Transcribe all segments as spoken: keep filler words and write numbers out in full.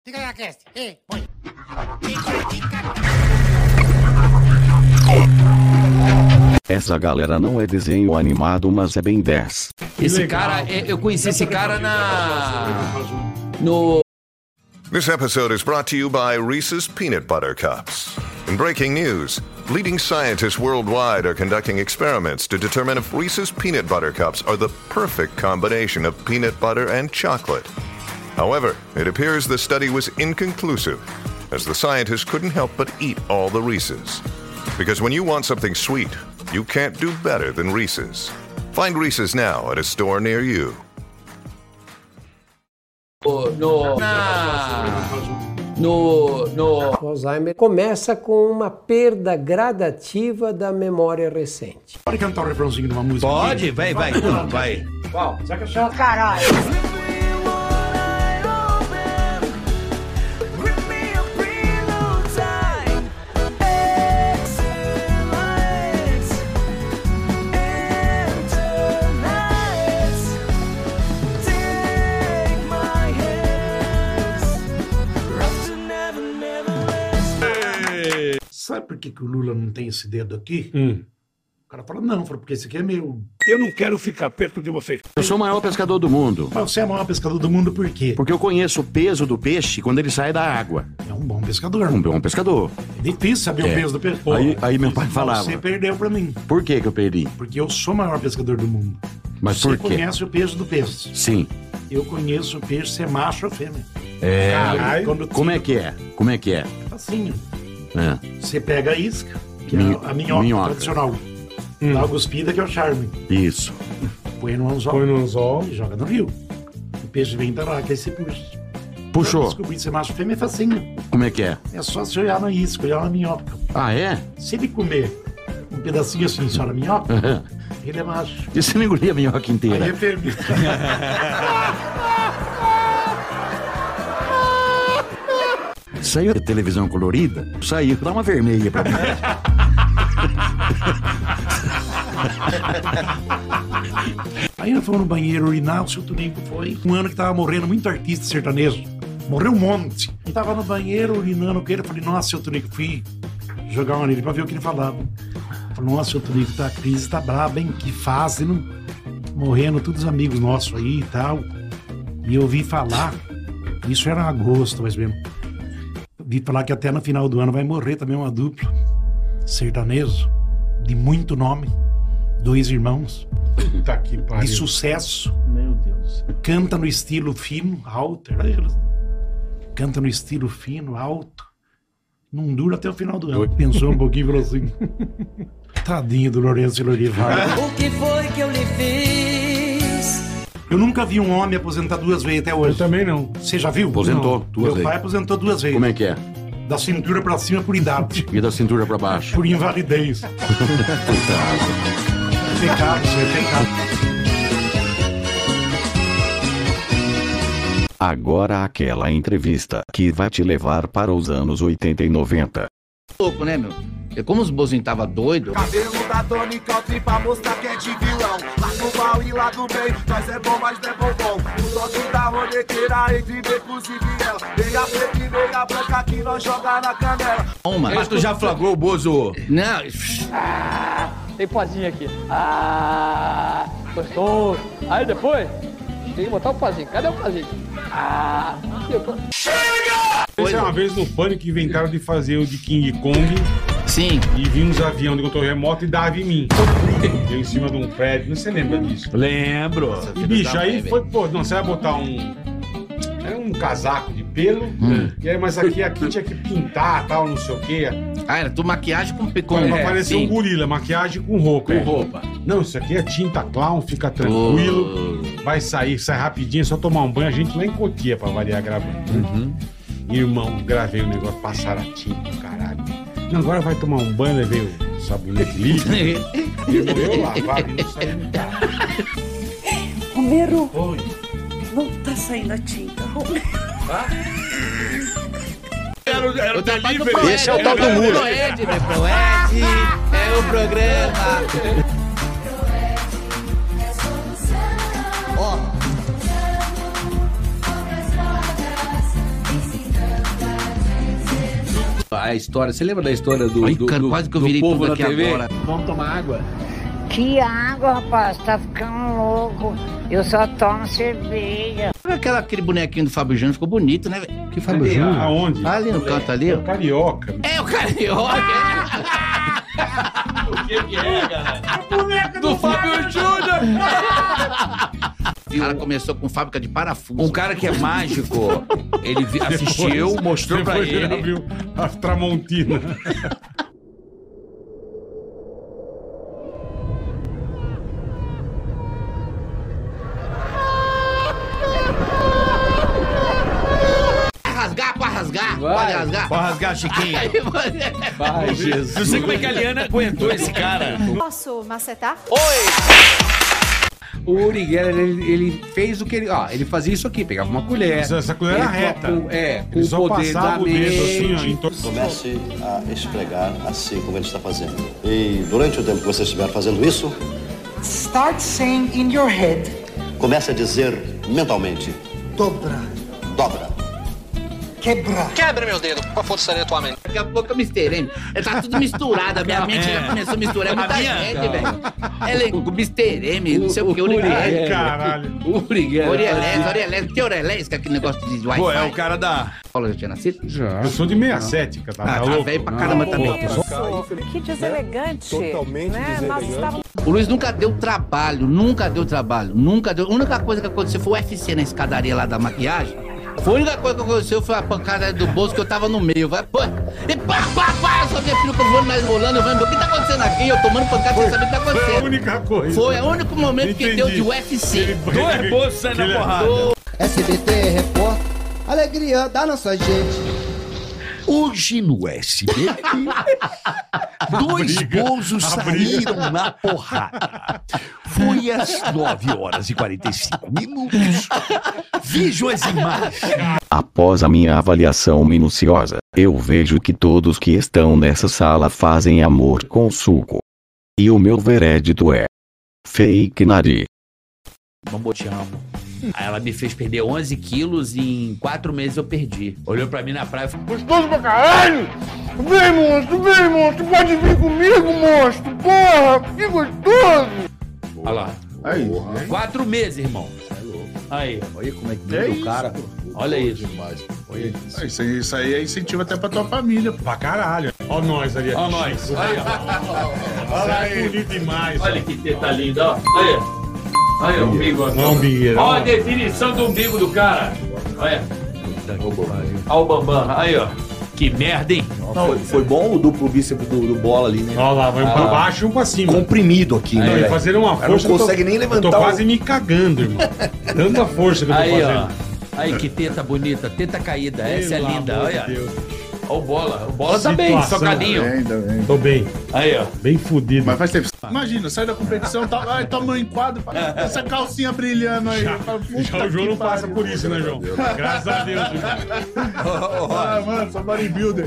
Ticaracast, ei, põe. Essa galera não é desenho animado, mas é bem dez. Esse cara, eu conheci esse cara na... no... This episode is brought to you by Reese's Peanut Butter Cups. In breaking news, leading scientists worldwide are conducting experiments to determine if Reese's Peanut Butter Cups are the perfect combination of peanut butter and chocolate. However, it appears the study was inconclusive, as the scientists couldn't help but eat all the Reese's. Because when you want something sweet, you can't do better than Reese's. Find Reese's now at a store near you. No... Na... No... No... O Alzheimer começa com uma perda gradativa da memória recente. Pode cantar o refrãozinho de uma música? Pode, aqui? vai, vai, vai. vai. Qual? Será que é chato? Caralho. Sabe por que, que o Lula não tem esse dedo aqui? Hum. O cara fala, não, fala, porque esse aqui é meu. Eu não quero ficar perto de vocês. Eu sou o maior pescador do mundo. Mas você é o maior pescador do mundo por quê? Porque eu conheço o peso do peixe quando ele sai da água. É um bom pescador. Um bom pescador. É difícil saber É. o peso do peixe. Aí- aí meu pai falava. Você perdeu pra mim. Por que que eu perdi? Porque eu sou o maior pescador do mundo. Mas Você por quê? conhece o peso do peixe. Sim. Eu conheço o peixe ser macho ou fêmea. É. Caralho. Quando Como é que é? Como é que é? Assim, É. você pega a isca, que Minho- é a minhoca, minhoca. tradicional. Dá uma cuspida, que é o charme. Isso. Põe no anzol. Põe no anzol. E joga no rio. O peixe vem pra lá, que aí você puxa. Puxou. Descobrir se é macho ou fêmea é facinho. Como é que é? É só você olhar na isca, olhar na minhoca. Ah, é? Se ele comer um pedacinho assim só na minhoca, ele é macho. E você não engolia a minhoca Aí inteira? é fêmea. Saiu da televisão colorida? Saiu. Dá uma vermelha pra mim. Aí nós fomos no banheiro urinar, o seu Tunico foi. Um ano que tava morrendo muito artista sertanejo. Morreu um monte. E tava no banheiro urinando com ele. Eu falei, nossa, seu Tunico, fui jogar uma nele pra ver o que ele falava. Eu falei, nossa, seu Tunico, tá, a crise tá braba, hein? Que fase, não? Morrendo todos os amigos nossos aí e tal. E eu ouvi falar, isso era em agosto, mais ou menos. Vi falar que até no final do ano vai morrer também uma dupla sertanejo de muito nome, dois irmãos Puta que de pariu. sucesso, Meu Deus. canta no estilo fino, alto, era eles. Canta no estilo fino, alto, não dura até o final do ano. Pensou um pouquinho e falou assim, tadinho do Lourenço e Lorival. O que foi que eu lhe fiz? Eu nunca vi um homem aposentar duas vezes até Eu hoje. também não. Você já viu? Aposentou Não. duas Meu vezes. pai aposentou duas vezes. Como é que é? Da cintura pra cima por idade. E da cintura pra baixo? Por invalidez. Pecado, isso é pecado. Agora aquela entrevista que vai te levar para os anos oitenta e noventa. Louco, né, meu? É como os bozinhos tava doido. Cabelo da Tony Country pra mostrar que é de vilão. Lá do mal e lá do bem, nós é bom, mas não é bombom. O toque da ronequeira entre becos e viela. Meia preta e meia branca que nós joga na canela. Mas tu já flagrou o Bozo? Não, Tem pozinho aqui. Ah, gostoso. Aí depois, tem que botar o pozinho. Cadê o pozinho? Ah, depois... Essa é uma vez no Pânico inventaram de fazer o de King Kong sim. e vinha uns aviões de controle remoto e dava em mim. Eu em cima de um prédio, não você lembra disso? Lembro. E bicho, aí foi, pô, não, você vai botar um. Era um casaco de pelo, e aí, mas aqui, aqui tinha que pintar, tal, não sei o quê. Ah, era tu maquiagem com... com Pra é, parecer sim. um gorila, maquiagem com roupa. Com é. roupa. Não, isso aqui é tinta clown, fica tranquilo. Vai sair, sai rapidinho, é só tomar um banho, a gente lá em Cotia pra variar gravando. Uhum. Irmão, gravei o negócio, passaram a tinta do caralho. Não, agora vai tomar um banho, levei o sabonete líquido. Irmão, eu lavava e não saía no carro. Romero, Oi. não tá saindo a tinta, Romero. Era, era O o trabalho do delivery. Esse é o tal do muro. Proed, né? Proed é o programa. Ó, A história, você lembra da história do, Ai, do, cara, do, quase que eu do virei povo tudo na aqui T V? agora. Vamos tomar água? Que água, rapaz, tá ficando louco. Eu só tomo cerveja. Aquela, aquele bonequinho do Fábio Júnior ficou bonito, né, velho? Que Fábio Júnior? Aonde? Ali no canto ali, É ó. o Carioca. É o Carioca. O que que é, galera? Do Fábio Júnior! O cara começou com fábrica de parafuso. Um cara que é mágico, ele vi- assistiu, Depois- mostrou pra depois ele. ele abriu a Tramontina. Pode rasgar, pode rasgar, Vai. pode rasgar. Pode rasgar, Chiquinho. Aí você- Ai, Jesus. Não sei como é que a Liana aguentou esse cara. Posso macetar? O Uri Geller, ele, ele fez o que ele... Ó, ele fazia isso aqui, pegava uma colher. Essa- essa colher ele era reta. com- É, com Ele o só poder da passava o dedo assim, ó, mente. em to- Comece a esfregar assim como ele está fazendo. E durante o tempo que você estiver fazendo isso, Start saying in your head. comece a dizer mentalmente: Dobra. dobra. Quebra. Quebra meu dedo com a força da tua mente. Daqui a pouco eu misturei. Tá tudo misturado. A minha mente já começou a misturar. É muita A minha? gente, velho. Ela é misturei, não sei o que. Uri Geller. Caralho. Uri Geller. Orelés, Orelés. Que Orelés? Que é aquele negócio de Wi-Fi. Pô, é o cara da... Paulo já tinha nascido? Já. Eu sou de sessenta e sete, cara. Tá Ah, tá louco? velho pra caramba Não, também. pô. Que deselegante. Totalmente né? Nós estávamos... O Luiz nunca deu trabalho, nunca deu trabalho, nunca deu. A única coisa que aconteceu foi o U F C na escadaria lá da maquiagem. Foi a única coisa que aconteceu foi a pancada do bolso que eu tava no meio. Vai, pô, e pá, pá, pá, eu só vi a peruca voando, mais rolando, eu falei, o que tá acontecendo aqui? Eu tomando pancada sem saber o que tá acontecendo. Foi a única coisa. Foi o único momento que Entendi. deu de U F C. Dois bolsos saindo na porrada. S B T Repórter, alegria da nossa gente. Hoje no S B T, dois briga, bozos a briga. saíram na porrada. Foi às nove horas e quarenta e cinco minutos. Vejam as imagens. Após a minha avaliação minuciosa, eu vejo que todos que estão nessa sala fazem amor com suco. E o meu veredito é... Fake nari. Mamô, te amo. Aí ela me fez perder onze quilos e em quatro meses eu perdi. Olhou pra mim na praia e falou... Gostoso pra caralho! Vem, monstro, vem, monstro! Pode vir comigo, monstro! Porra, que gostoso! Olha lá. Aí, Quatro meses, irmão. Aí. Olha como é que É muda isso. o cara. Olha isso. Olha isso. Isso, aí- isso aí é incentivo até pra tua família. Pra caralho. Ó nós ali. Ó nós. Aí, ó. Olha aí. Bonito demais. Olha que teta linda, ó. Olha. Olha o umbigo. Olha o umbigo. Olha a definição do umbigo do cara. Olha. Olha o Bambam. Aí, ó. Que merda, hein? Foi, foi bom o duplo bíceps do, do bola ali, né? Olha lá, vai um pra baixo e um pra cima. Comprimido aqui, Não, né? e fazendo uma Cara, força. não eu tô- consegue nem levantar. Eu tô o- quase me cagando, irmão. Tanta força que eu tô Aí, ó. fazendo. Aí, que teta bonita. Teta caída. Essa é Pelo linda. amor Olha. de Deus. Olha o bola. O bola tá bem, Situação. socadinho. Ainda bem. Tô bem. Aí, ó. Bem fudido. Mas faz tempo. Imagina, sai da competição, tá, ai, toma um enquadro, essa calcinha brilhando aí. Já, Fala, puta já o João que não passa pariu. por isso, né, João? Graças a Deus, João. Ah, mano, sou bodybuilder.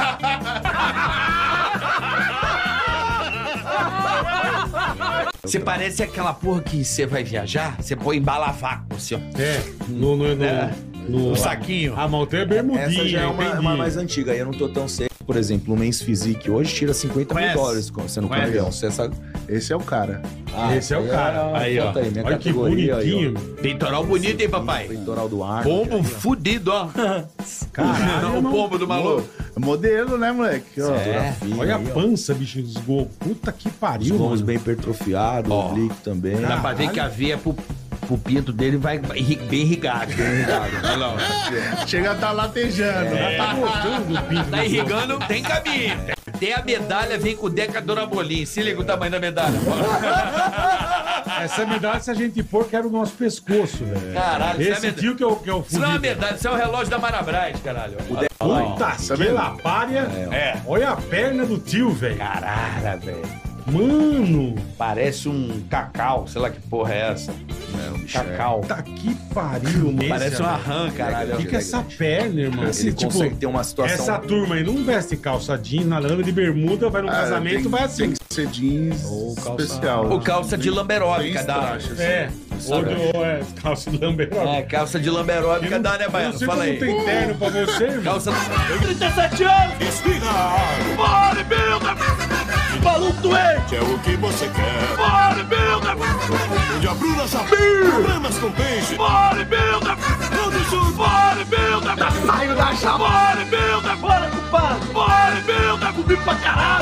Você parece aquela porra que você vai viajar, você põe embalar vácuo, assim, ó. É, no, no, no, É. no, No saquinho. Ah, mas o teu é bermudinha, Essa já é uma, entendi. uma mais antiga, aí eu não tô tão certo. Por exemplo, o Men's Physique hoje tira cinquenta mil Conhece? dólares sendo Conhece? campeão. Você sabe? Esse é o cara. Ah, Esse é o cara. Aí, ó. Conta aí, minha Olha que categoria aí, bonitinho. ó. Peitoral bonito, hein, papai? Peitoral do ar. Pombo fudido, ó. Caralho, Não, o irmão. pombo do maluco. Modelo, né, moleque? Ó. É. Olha a pança, bicho, dos gols. Puta que Os pariu, gomos mano. bem hipertrofiados, Ó. oblíquo também. Dá pra ver que a veia pro, pro pinto dele vai irri- bem irrigado. Bem irrigado. Olha lá, ó. Chega a tá latejando. É. Tá gostando do pinto Tá do irrigando, tem caminho. Tem a medalha, vem com o Deca Dona Bolim. Se liga o tamanho da medalha. Essa medalha, se a gente pôr, que era o nosso pescoço, velho. Caralho, isso é Esse medalha. tio que eu, que eu Isso não é uma fudido. medalha, isso é o relógio da Marabras, caralho. Puta, que lapária. É. Olha a perna do tio, velho. Caralho, velho. Mano! Parece um cacau, sei lá que porra é essa. É, um Cacau. Tá que pariu, mano. Parece uma rã, caralho. O que, que é essa perna, irmão? Ele Esse, tipo, consegue ter uma situação... essa turma aí não veste calça jeans, nada, anda de bermuda, vai no Ah, casamento, tem- vai assim. Tem que ser jeans Ou calça- especial. Ou calça de Bem- lamberóbica bem da... estracha, assim. É, ou de, ou é calça de lambeirão. É, calça de lamberóbica dá, né, Baiano? Você Fala não aí. tem terno pra você, irmão? Calça... trinta e sete anos! Espirra! Bodybuilder! Balão doente! É o que você quer. Bodybuilder! Onde a Bruna Sabir! Problemas com peixe! Bodybuilder! Todo junto! Bodybuilder! Já saiu da chapa! Bodybuilder! Bora, compadre! Bodybuilder! Comi pra caralho!